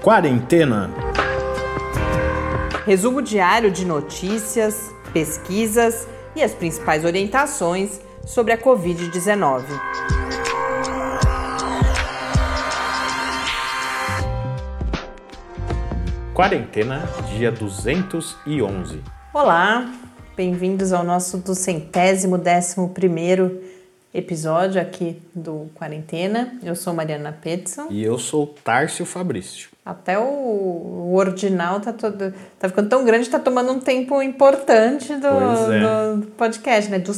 Quarentena. Resumo diário de notícias, pesquisas e as principais orientações sobre a Covid-19. Quarentena, dia 211. Olá, bem-vindos ao nosso 211º episódio aqui do Quarentena. Eu sou Mariana Peterson. E eu sou Tárcio Fabrício. Até o ordinal tá ficando tão grande, tá tomando um tempo importante do podcast, né? Do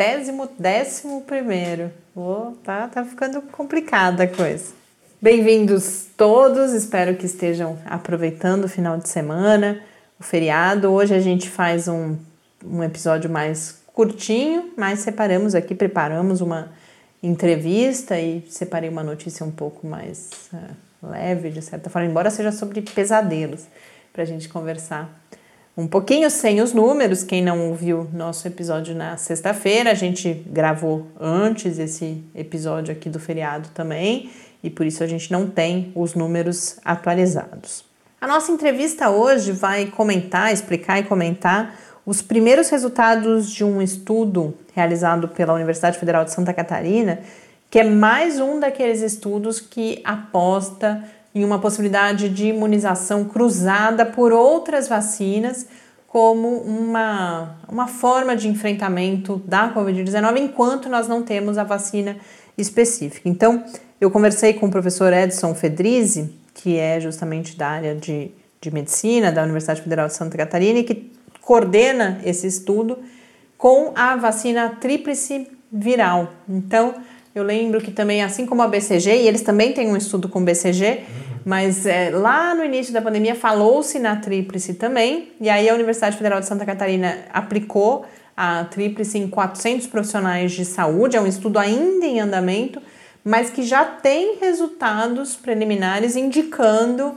111º. Tá ficando complicada a coisa. Bem-vindos todos, espero que estejam aproveitando o final de semana, o feriado. Hoje a gente faz um episódio mais curtinho, mas preparamos uma entrevista e separei uma notícia um pouco mais leve, de certa forma, embora seja sobre pesadelos, para a gente conversar um pouquinho sem os números. Quem não ouviu nosso episódio na sexta-feira, a gente gravou antes esse episódio aqui do feriado também, e por isso a gente não tem os números atualizados. A nossa entrevista hoje vai explicar e comentar os primeiros resultados de um estudo realizado pela Universidade Federal de Santa Catarina, que é mais um daqueles estudos que aposta em uma possibilidade de imunização cruzada por outras vacinas como uma forma de enfrentamento da Covid-19, enquanto nós não temos a vacina específica. Então, eu conversei com o professor Edson Fedrizzi, que é justamente da área de medicina da Universidade Federal de Santa Catarina e que coordena esse estudo com a vacina tríplice viral. Então, eu lembro que também, assim como a BCG, e eles também têm um estudo com BCG, mas lá no início da pandemia falou-se na tríplice também, e aí a Universidade Federal de Santa Catarina aplicou a tríplice em 400 profissionais de saúde. É um estudo ainda em andamento, mas que já tem resultados preliminares indicando,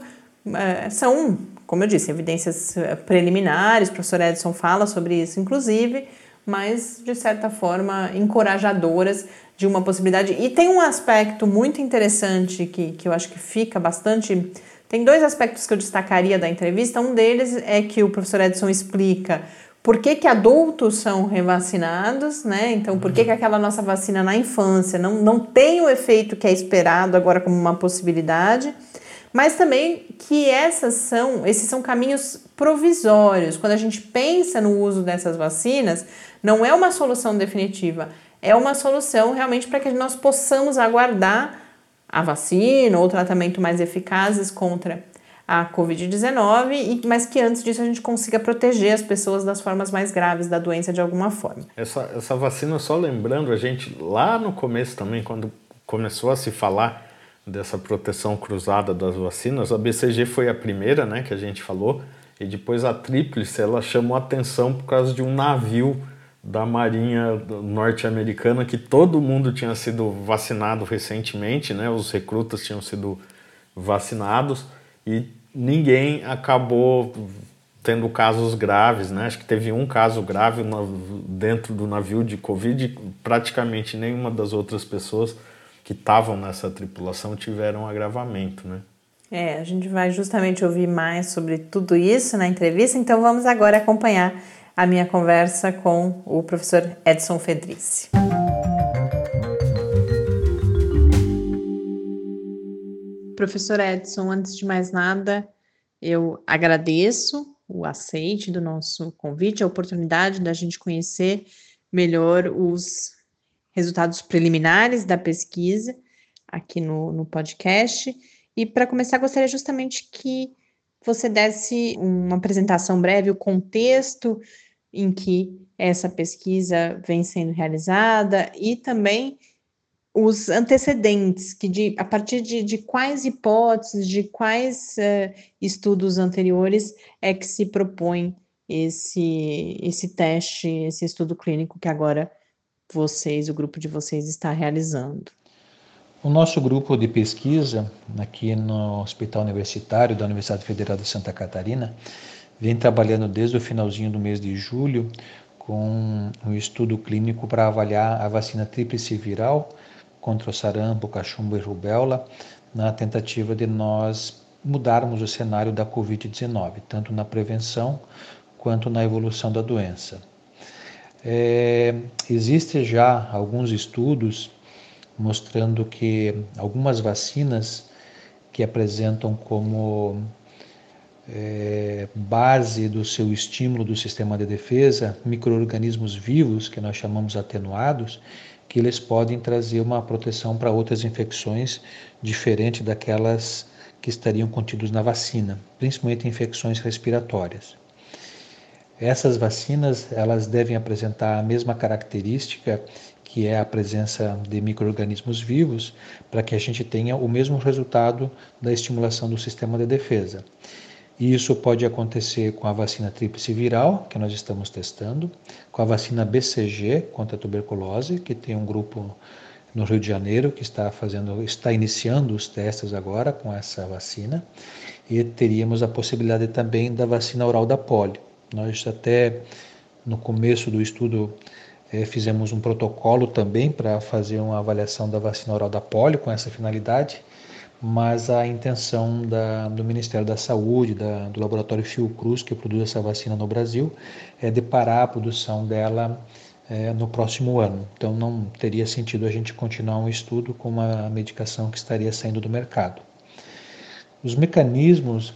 como eu disse, evidências preliminares. O professor Edson fala sobre isso, inclusive, mas, de certa forma, encorajadoras de uma possibilidade. E tem um aspecto muito interessante que eu acho que fica bastante... Tem dois aspectos que eu destacaria da entrevista. Um deles é que o professor Edson explica por que adultos são revacinados, né? Então, por que aquela nossa vacina na infância não tem o efeito que é esperado agora como uma possibilidade, mas também que esses são caminhos provisórios. Quando a gente pensa no uso dessas vacinas, não é uma solução definitiva, é uma solução realmente para que nós possamos aguardar a vacina ou tratamento mais eficazes contra a Covid-19, mas que antes disso a gente consiga proteger as pessoas das formas mais graves da doença de alguma forma. Essa vacina, só lembrando, a gente lá no começo também, quando começou a se falar dessa proteção cruzada das vacinas, a BCG foi a primeira, né, que a gente falou, e depois a tríplice, ela chamou atenção por causa de um navio da Marinha norte-americana que todo mundo tinha sido vacinado recentemente, né, os recrutas tinham sido vacinados e ninguém acabou tendo casos graves, né, acho que teve um caso grave dentro do navio de Covid, praticamente nenhuma das outras pessoas que estavam nessa tripulação tiveram um agravamento, né? A gente vai justamente ouvir mais sobre tudo isso na entrevista, então vamos agora acompanhar a minha conversa com o professor Edson Fedrizzi. Professor Edson, antes de mais nada, eu agradeço o aceite do nosso convite, a oportunidade da gente conhecer melhor os resultados preliminares da pesquisa aqui no podcast. E para começar, gostaria justamente que você desse uma apresentação breve, o contexto em que essa pesquisa vem sendo realizada e também os antecedentes, a partir de quais hipóteses, de quais estudos anteriores é que se propõe esse teste, esse estudo clínico que agora o grupo de vocês está realizando. O nosso grupo de pesquisa aqui no Hospital Universitário da Universidade Federal de Santa Catarina vem trabalhando desde o finalzinho do mês de julho com um estudo clínico para avaliar a vacina tríplice viral contra o sarampo, cachumba e rubéola, na tentativa de nós mudarmos o cenário da Covid-19, tanto na prevenção quanto na evolução da doença. Existem já alguns estudos mostrando que algumas vacinas que apresentam como base do seu estímulo do sistema de defesa micro-organismos vivos, que nós chamamos atenuados, que eles podem trazer uma proteção para outras infecções diferente daquelas que estariam contidos na vacina, principalmente infecções respiratórias. Essas vacinas, elas devem apresentar a mesma característica, que é a presença de micro-organismos vivos, para que a gente tenha o mesmo resultado da estimulação do sistema de defesa. E isso pode acontecer com a vacina tríplice viral, que nós estamos testando, com a vacina BCG contra a tuberculose, que tem um grupo no Rio de Janeiro que está iniciando os testes agora com essa vacina, e teríamos a possibilidade também da vacina oral da polio. Nós até no começo do estudo fizemos um protocolo também para fazer uma avaliação da vacina oral da polio com essa finalidade, mas a intenção do Ministério da Saúde, do laboratório Fiocruz, que produz essa vacina no Brasil, é de parar a produção dela no próximo ano. Então não teria sentido a gente continuar um estudo com uma medicação que estaria saindo do mercado. Os mecanismos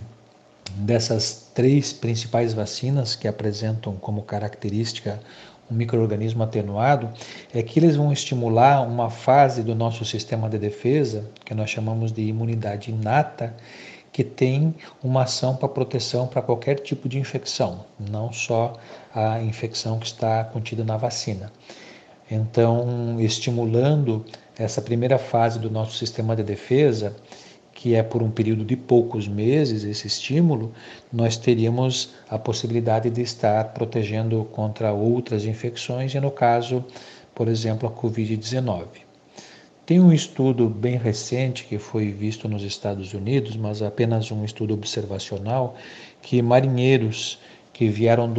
dessas 3 principais vacinas que apresentam como característica um micro-organismo atenuado é que eles vão estimular uma fase do nosso sistema de defesa, que nós chamamos de imunidade inata, que tem uma ação para proteção para qualquer tipo de infecção, não só a infecção que está contida na vacina. Então, estimulando essa primeira fase do nosso sistema de defesa, que é por um período de poucos meses esse estímulo, nós teríamos a possibilidade de estar protegendo contra outras infecções e, no caso, por exemplo, a Covid-19. Tem um estudo bem recente que foi visto nos Estados Unidos, mas apenas um estudo observacional, que marinheiros que vieram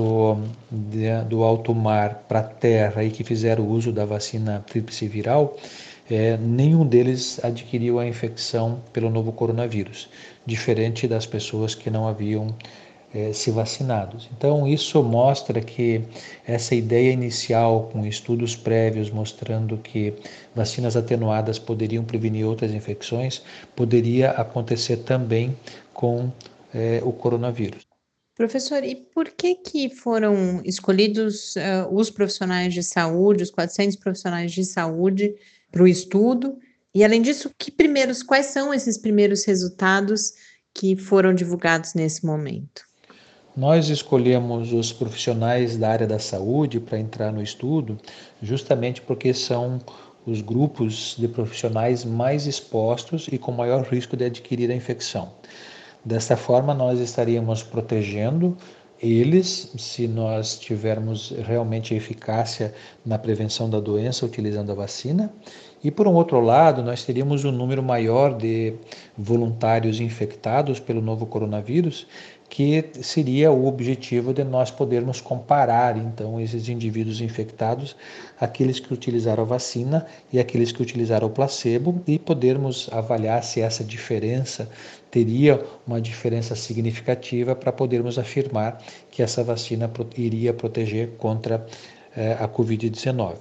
do alto mar para a terra e que fizeram uso da vacina tríplice viral, nenhum deles adquiriu a infecção pelo novo coronavírus, diferente das pessoas que não haviam se vacinados. Então, isso mostra que essa ideia inicial, com estudos prévios mostrando que vacinas atenuadas poderiam prevenir outras infecções, poderia acontecer também com o coronavírus. Professor, e por que foram escolhidos os profissionais de saúde, os 400 profissionais de saúde para o estudo? E, além disso, quais são esses primeiros resultados que foram divulgados nesse momento? Nós escolhemos os profissionais da área da saúde para entrar no estudo justamente porque são os grupos de profissionais mais expostos e com maior risco de adquirir a infecção. Dessa forma, nós estaríamos protegendo eles, se nós tivermos realmente eficácia na prevenção da doença utilizando a vacina. E, por um outro lado, nós teríamos um número maior de voluntários infectados pelo novo coronavírus, que seria o objetivo de nós podermos comparar, então, esses indivíduos infectados, aqueles que utilizaram a vacina e aqueles que utilizaram o placebo, e podermos avaliar se essa diferença teria uma diferença significativa para podermos afirmar que essa vacina iria proteger contra a Covid-19.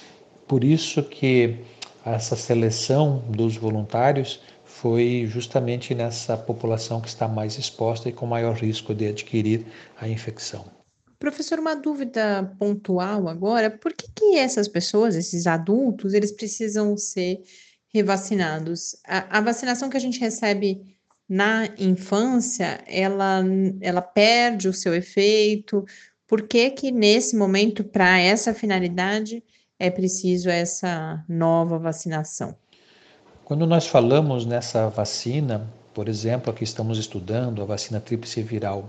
Por isso que essa seleção dos voluntários foi justamente nessa população que está mais exposta e com maior risco de adquirir a infecção. Professor, uma dúvida pontual agora, por que essas pessoas, esses adultos, eles precisam ser revacinados? A vacinação que a gente recebe na infância, ela perde o seu efeito? Por que nesse momento, para essa finalidade, é preciso essa nova vacinação? Quando nós falamos nessa vacina, por exemplo, a que estamos estudando, a vacina tríplice viral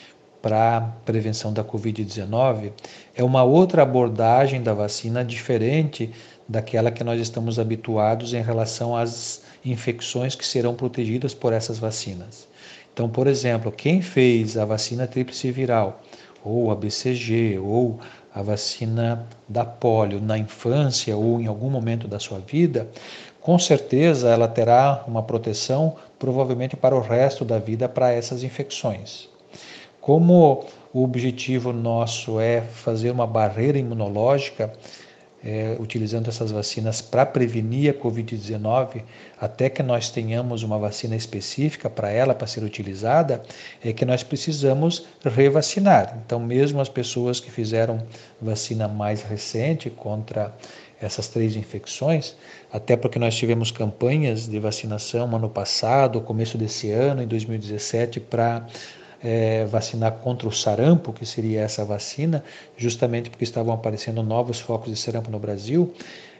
para prevenção da Covid-19, é uma outra abordagem da vacina diferente daquela que nós estamos habituados em relação às infecções que serão protegidas por essas vacinas. Então, por exemplo, quem fez a vacina tríplice viral, ou a BCG, ou a vacina da polio na infância ou em algum momento da sua vida, com certeza ela terá uma proteção provavelmente para o resto da vida para essas infecções. Como o objetivo nosso é fazer uma barreira imunológica, utilizando essas vacinas para prevenir a Covid-19, até que nós tenhamos uma vacina específica para ela, para ser utilizada, é que nós precisamos revacinar. Então, mesmo as pessoas que fizeram vacina mais recente contra essas 3 infecções, até porque nós tivemos campanhas de vacinação ano passado, começo desse ano, em 2017, para vacinar contra o sarampo, que seria essa vacina, justamente porque estavam aparecendo novos focos de sarampo no Brasil.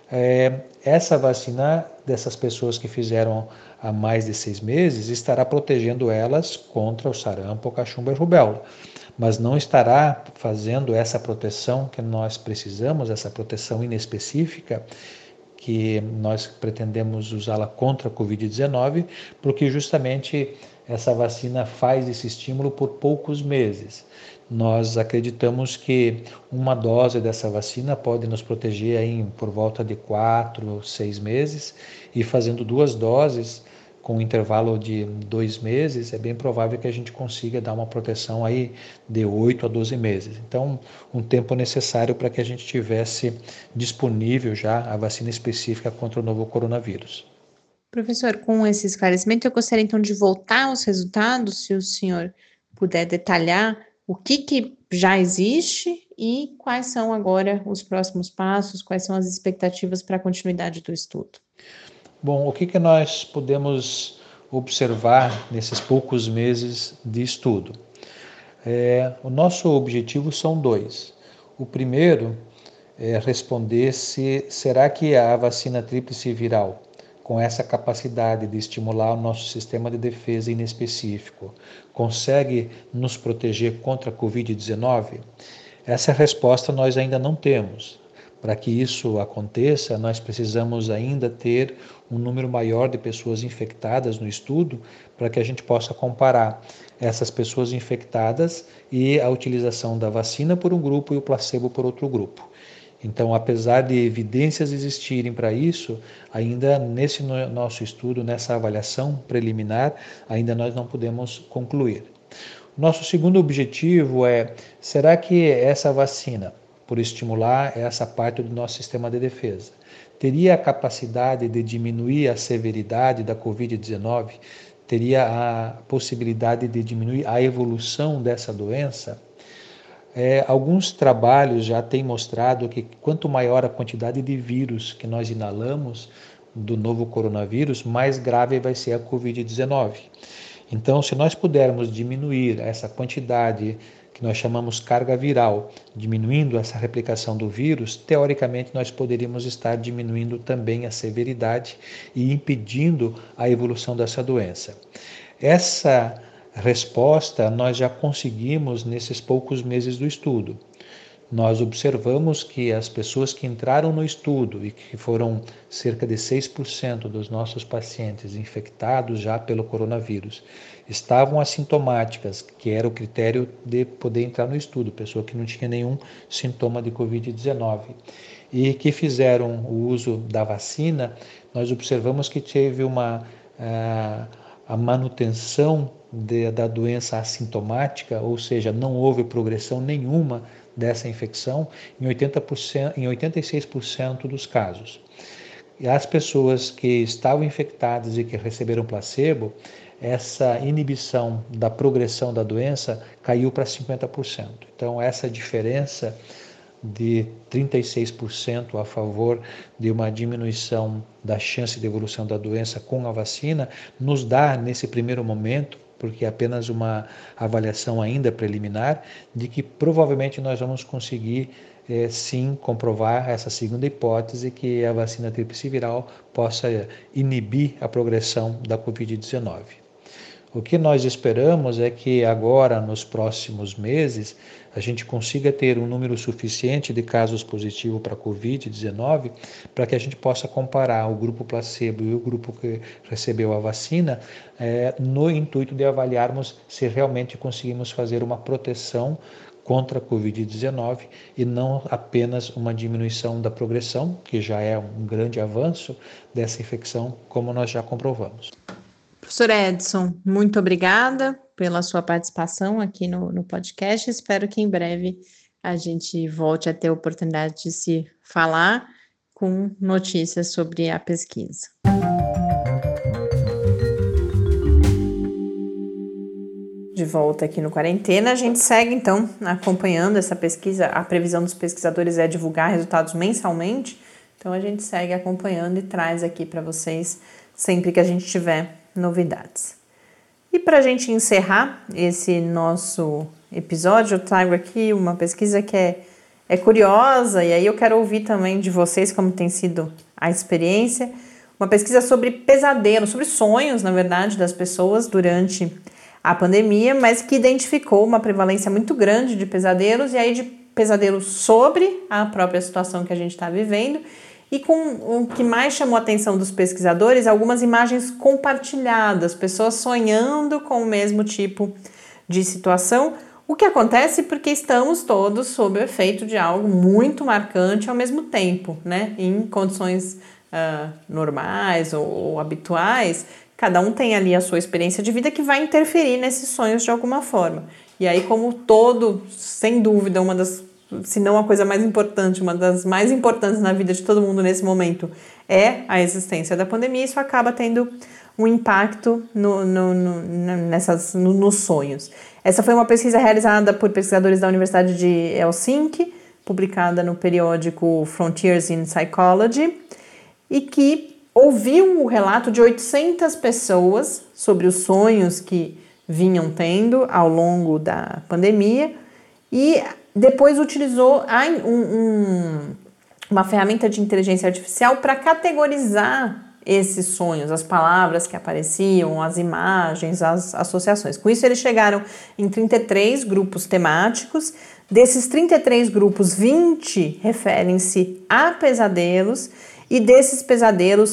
Essa vacina dessas pessoas que fizeram há mais de 6 meses estará protegendo elas contra o sarampo, cachumba e rubéola, mas não estará fazendo essa proteção que nós precisamos, essa proteção inespecífica, que nós pretendemos usá-la contra a Covid-19, porque justamente essa vacina faz esse estímulo por poucos meses. Nós acreditamos que uma dose dessa vacina pode nos proteger aí por volta de 4, 6 meses, e fazendo 2 doses com um intervalo de 2 meses, é bem provável que a gente consiga dar uma proteção aí de 8 a 12 meses. Então, um tempo necessário para que a gente tivesse disponível já a vacina específica contra o novo coronavírus. Professor, com esse esclarecimento, eu gostaria então de voltar aos resultados, se o senhor puder detalhar o que já existe e quais são agora os próximos passos, quais são as expectativas para a continuidade do estudo. Bom, o que nós podemos observar nesses poucos meses de estudo? O nosso objetivo são 2. O primeiro é responder será que a vacina tríplice viral, com essa capacidade de estimular o nosso sistema de defesa inespecífico, consegue nos proteger contra a Covid-19? Essa resposta nós ainda não temos. Para que isso aconteça, nós precisamos ainda ter um número maior de pessoas infectadas no estudo, para que a gente possa comparar essas pessoas infectadas e a utilização da vacina por um grupo e o placebo por outro grupo. Então, apesar de evidências existirem para isso, ainda nesse nosso estudo, nessa avaliação preliminar, ainda nós não podemos concluir. Nosso segundo objetivo será que essa vacina, por estimular essa parte do nosso sistema de defesa, teria a capacidade de diminuir a severidade da Covid-19? Teria a possibilidade de diminuir a evolução dessa doença? Alguns trabalhos já têm mostrado que quanto maior a quantidade de vírus que nós inalamos do novo coronavírus, mais grave vai ser a Covid-19. Então, se nós pudermos diminuir essa quantidade que nós chamamos carga viral, diminuindo essa replicação do vírus, teoricamente nós poderíamos estar diminuindo também a severidade e impedindo a evolução dessa doença. Essa resposta nós já conseguimos nesses poucos meses do estudo. Nós observamos que as pessoas que entraram no estudo e que foram cerca de 6% dos nossos pacientes infectados já pelo coronavírus, estavam assintomáticas, que era o critério de poder entrar no estudo, pessoa que não tinha nenhum sintoma de Covid-19, e que fizeram o uso da vacina. Nós observamos que teve a manutenção da doença assintomática, ou seja, não houve progressão nenhuma dessa infecção em 86% dos casos. E as pessoas que estavam infectadas e que receberam placebo, essa inibição da progressão da doença caiu para 50%. Então, essa diferença de 36% a favor de uma diminuição da chance de evolução da doença com a vacina nos dá, nesse primeiro momento, porque é apenas uma avaliação ainda preliminar, de que provavelmente nós vamos conseguir sim comprovar essa segunda hipótese, que a vacina tríplice viral possa inibir a progressão da Covid-19. O que nós esperamos é que agora, nos próximos meses, a gente consiga ter um número suficiente de casos positivos para a Covid-19 para que a gente possa comparar o grupo placebo e o grupo que recebeu a vacina no intuito de avaliarmos se realmente conseguimos fazer uma proteção contra a Covid-19 e não apenas uma diminuição da progressão, que já é um grande avanço dessa infecção, como nós já comprovamos. Professor Edson, muito obrigada pela sua participação aqui no podcast. Espero que em breve a gente volte a ter a oportunidade de se falar com notícias sobre a pesquisa. De volta aqui no Quarentena, a gente segue então acompanhando essa pesquisa. A previsão dos pesquisadores é divulgar resultados mensalmente, então a gente segue acompanhando e traz aqui para vocês sempre que a gente tiver novidades. E para a gente encerrar esse nosso episódio, eu trago aqui uma pesquisa que é curiosa, e aí eu quero ouvir também de vocês como tem sido a experiência. Uma pesquisa sobre pesadelos, sobre sonhos, na verdade, das pessoas durante a pandemia, mas que identificou uma prevalência muito grande de pesadelos, e aí de pesadelos sobre a própria situação que a gente está vivendo, e com o que mais chamou a atenção dos pesquisadores, algumas imagens compartilhadas, pessoas sonhando com o mesmo tipo de situação, o que acontece porque estamos todos sob o efeito de algo muito marcante ao mesmo tempo, né? Em condições normais ou habituais, cada um tem ali a sua experiência de vida que vai interferir nesses sonhos de alguma forma. E aí, como todo, sem dúvida, se não a coisa mais importante, uma das mais importantes na vida de todo mundo nesse momento é a existência da pandemia, isso acaba tendo um impacto nos sonhos. Essa foi uma pesquisa realizada por pesquisadores da Universidade de Helsinki, publicada no periódico Frontiers in Psychology, e que ouviu o relato de 800 pessoas sobre os sonhos que vinham tendo ao longo da pandemia e depois utilizou uma ferramenta de inteligência artificial para categorizar esses sonhos, as palavras que apareciam, as imagens, as associações. Com isso, eles chegaram em 33 grupos temáticos. Desses 33 grupos, 20 referem-se a pesadelos, e desses pesadelos,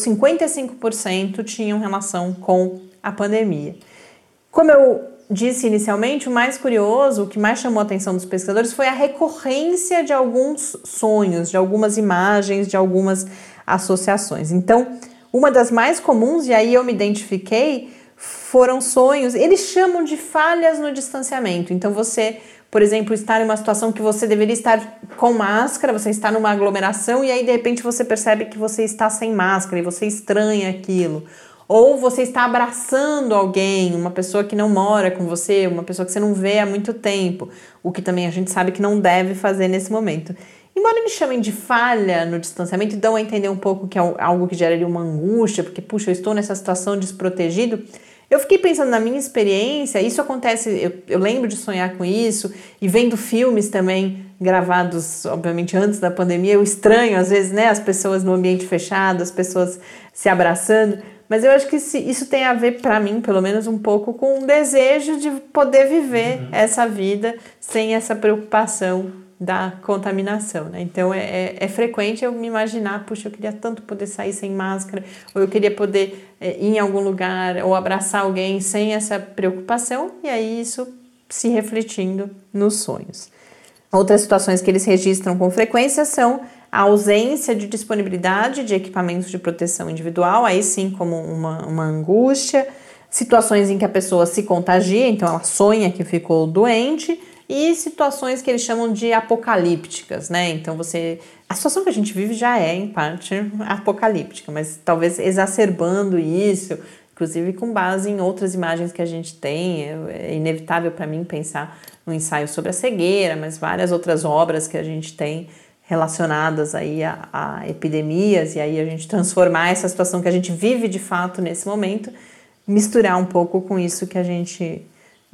55% tinham relação com a pandemia. Como eu disse inicialmente, o mais curioso, o que mais chamou a atenção dos pesquisadores foi a recorrência de alguns sonhos, de algumas imagens, de algumas associações. Então, uma das mais comuns, e aí eu me identifiquei, foram sonhos, eles chamam de falhas no distanciamento. Então, você, por exemplo, está em uma situação que você deveria estar com máscara, você está numa aglomeração e aí, de repente, você percebe que você está sem máscara e você estranha aquilo. Ou você está abraçando alguém, uma pessoa que não mora com você, uma pessoa que você não vê há muito tempo, o que também a gente sabe que não deve fazer nesse momento. Embora eles chamem de falha no distanciamento e dão a entender um pouco que é algo que geraria uma angústia, porque, puxa, eu estou nessa situação desprotegido, eu fiquei pensando na minha experiência, isso acontece, eu lembro de sonhar com isso, e vendo filmes também gravados, obviamente, antes da pandemia, eu estranho, às vezes, né, as pessoas no ambiente fechado, as pessoas se abraçando, mas eu acho que isso tem a ver, para mim, pelo menos um pouco, com o desejo de poder viver essa vida sem essa preocupação da contaminação, né? Então é frequente eu me imaginar, puxa, eu queria tanto poder sair sem máscara, ou eu queria poder ir em algum lugar ou abraçar alguém sem essa preocupação, e aí isso se refletindo nos sonhos. Outras situações que eles registram com frequência são a ausência de disponibilidade de equipamentos de proteção individual, aí sim como uma angústia, situações em que a pessoa se contagia, então ela sonha que ficou doente, e situações que eles chamam de apocalípticas, né? Então a situação que a gente vive já é, em parte, apocalíptica, mas talvez exacerbando isso, inclusive com base em outras imagens que a gente tem. É inevitável para mim pensar no ensaio sobre a cegueira, mas várias outras obras que a gente tem relacionadas aí a epidemias, e aí a gente transformar essa situação que a gente vive de fato nesse momento, misturar um pouco com isso que a gente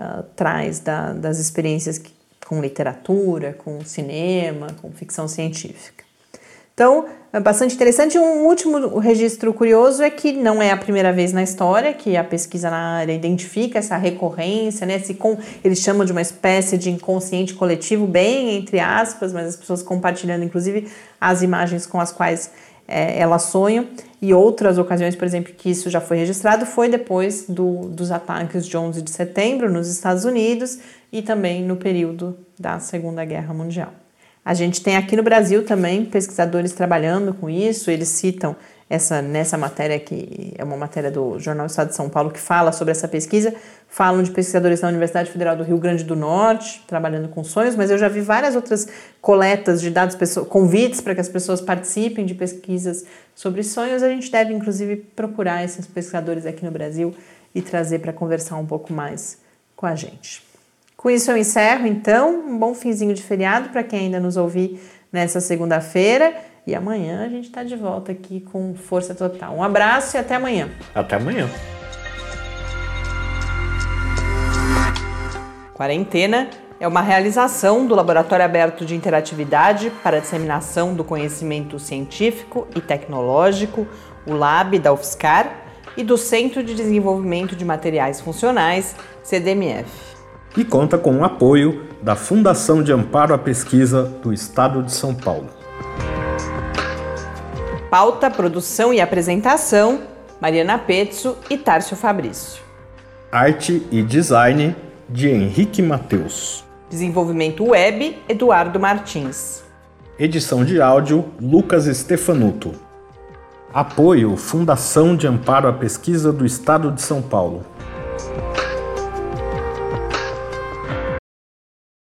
traz das experiências com literatura, com cinema, com ficção científica. Então, é bastante interessante. Um último registro curioso é que não é a primeira vez na história que a pesquisa na área identifica essa recorrência, né? Eles chamam de uma espécie de inconsciente coletivo, bem entre aspas, mas as pessoas compartilhando, inclusive, as imagens com as quais elas sonham. E outras ocasiões, por exemplo, que isso já foi registrado, foi depois dos ataques de 11 de setembro nos Estados Unidos e também no período da Segunda Guerra Mundial. A gente tem aqui no Brasil também pesquisadores trabalhando com isso, eles citam nessa matéria, que é uma matéria do Jornal Estado de São Paulo, que fala sobre essa pesquisa, falam de pesquisadores da Universidade Federal do Rio Grande do Norte, trabalhando com sonhos, mas eu já vi várias outras coletas de dados, convites para que as pessoas participem de pesquisas sobre sonhos. A gente deve, inclusive, procurar esses pesquisadores aqui no Brasil e trazer para conversar um pouco mais com a gente. Com isso eu encerro, então, um bom finzinho de feriado para quem ainda nos ouvir nessa segunda-feira. E amanhã a gente está de volta aqui com força total. Um abraço e até amanhã. Até amanhã. Quarentena é uma realização do Laboratório Aberto de Interatividade para a Disseminação do Conhecimento Científico e Tecnológico, o LAB da UFSCar, e do Centro de Desenvolvimento de Materiais Funcionais, CDMF. E conta com o apoio da Fundação de Amparo à Pesquisa do Estado de São Paulo. Pauta, produção e apresentação, Mariana Pezzo e Tárcio Fabrício. Arte e design, de Henrique Mateus. Desenvolvimento web, Eduardo Martins. Edição de áudio, Lucas Stefanuto. Apoio, Fundação de Amparo à Pesquisa do Estado de São Paulo.